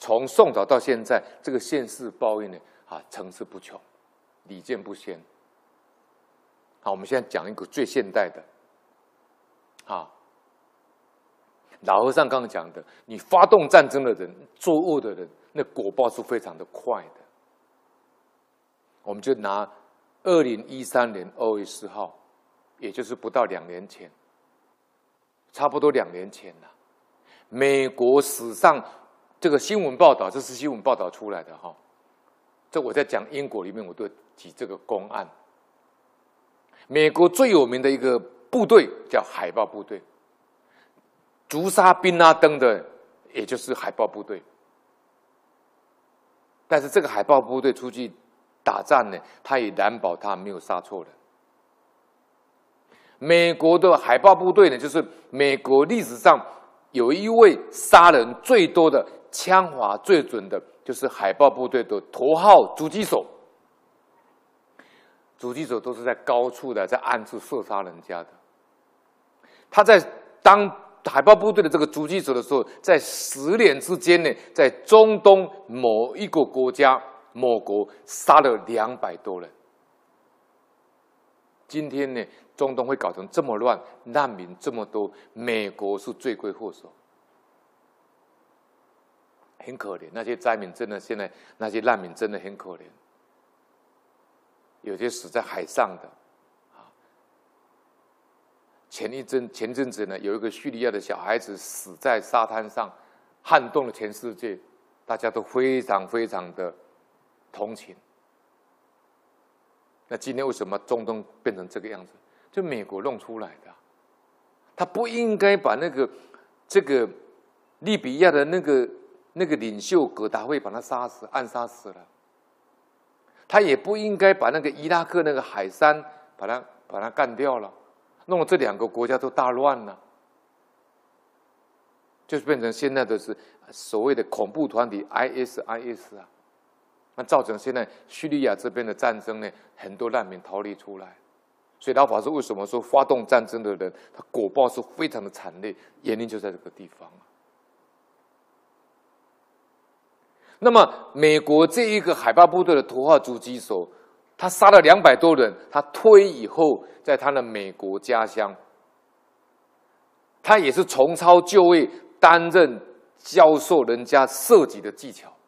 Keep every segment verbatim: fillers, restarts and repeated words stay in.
从宋朝到现在，这个现世报应呢，啊，层出不穷，屡见不鲜。好，我们现在讲一个最现代的，啊，老和尚刚刚讲的，你发动战争的人，作恶的人，那果报是非常的快的。我们就拿二零一三年二月四号，也就是不到两年前，差不多两年前了。美国史上这个新闻报道，这是新闻报道出来的哈。这我在讲英国里面，我都举这个公案。美国最有名的一个部队叫海豹部队，诛杀宾拉登的，也就是海豹部队。但是这个海豹部队出去打仗呢，他也难保他没有杀错人。美国的海豹部队呢，就是美国历史上有一位杀人最多的、枪法最准的，就是海豹部队的头号狙击手。狙击手都是在高处的，在暗处射杀人家的。他在当海豹部队的这个狙击手的时候，在十年之间呢，在中东某一个国家某国杀了两百多人。今天呢，中东会搞成这么乱，难民这么多，美国是罪魁祸首，很可怜。那些灾民真的，现在那些难民真的很可怜，有些死在海上的。前一阵前阵子呢，有一个叙利亚的小孩子死在沙滩上，撼动了全世界，大家都非常非常的同情。那今天为什么中东变成这个样子？就美国弄出来的。他不应该把那个这个利比亚的那个那个领袖葛达费把他杀死，暗杀死了。他也不应该把那个伊拉克那个海珊把他把他干掉了。弄得这两个国家都大乱了，就是变成现在的是所谓的恐怖团体 I S I S 啊，那造成现在叙利亚这边的战争呢，很多难民逃离出来。所以老法师为什么说发动战争的人，他果报是非常的惨烈，原因就在这个地方啊。那么美国这一个海豹部队的头号狙击手，他杀了两百多人，他退役以后，在他的美国家乡，他也是重操旧业，担任教授人家射击的技巧。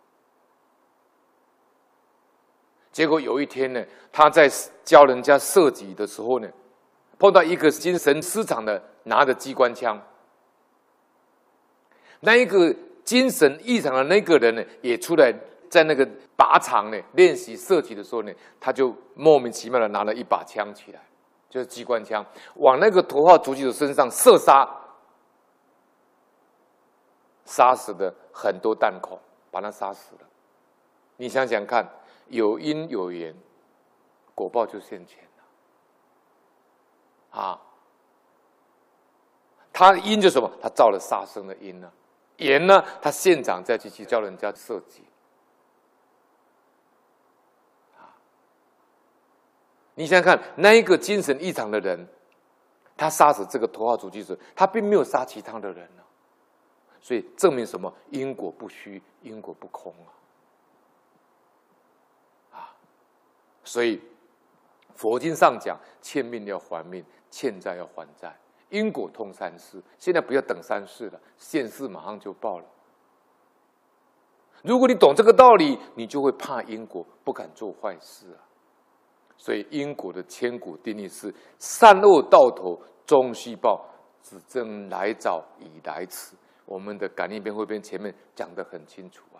结果有一天呢，他在教人家射击的时候呢，碰到一个精神失常的拿着机关枪，那一个精神异常的那个人呢，也出来。在那个靶场呢练习射击的时候呢，他就莫名其妙的拿了一把枪起来，就是机关枪，往那个头号狙击手身上射杀，杀死的很多弹孔，把他杀死了。你想想看，有因有缘，果报就现前了。啊，他的因就是什么？他造了杀生的因呢？缘呢？他现场再继续教人家射击。你想想看，那一个精神异常的人，他杀死这个头号狙击手，他并没有杀其他的人呢、啊，所以证明什么？因果不虚，因果不空啊！啊，所以佛经上讲，欠命要还命，欠债要还债，因果通三世。现在不要等三世了，现世马上就报了。如果你懂这个道理，你就会怕因果，不敢做坏事啊。所以因果的千古定律是：善恶到头终须报，只争来早已来迟。我们的感应篇汇编前面讲得很清楚。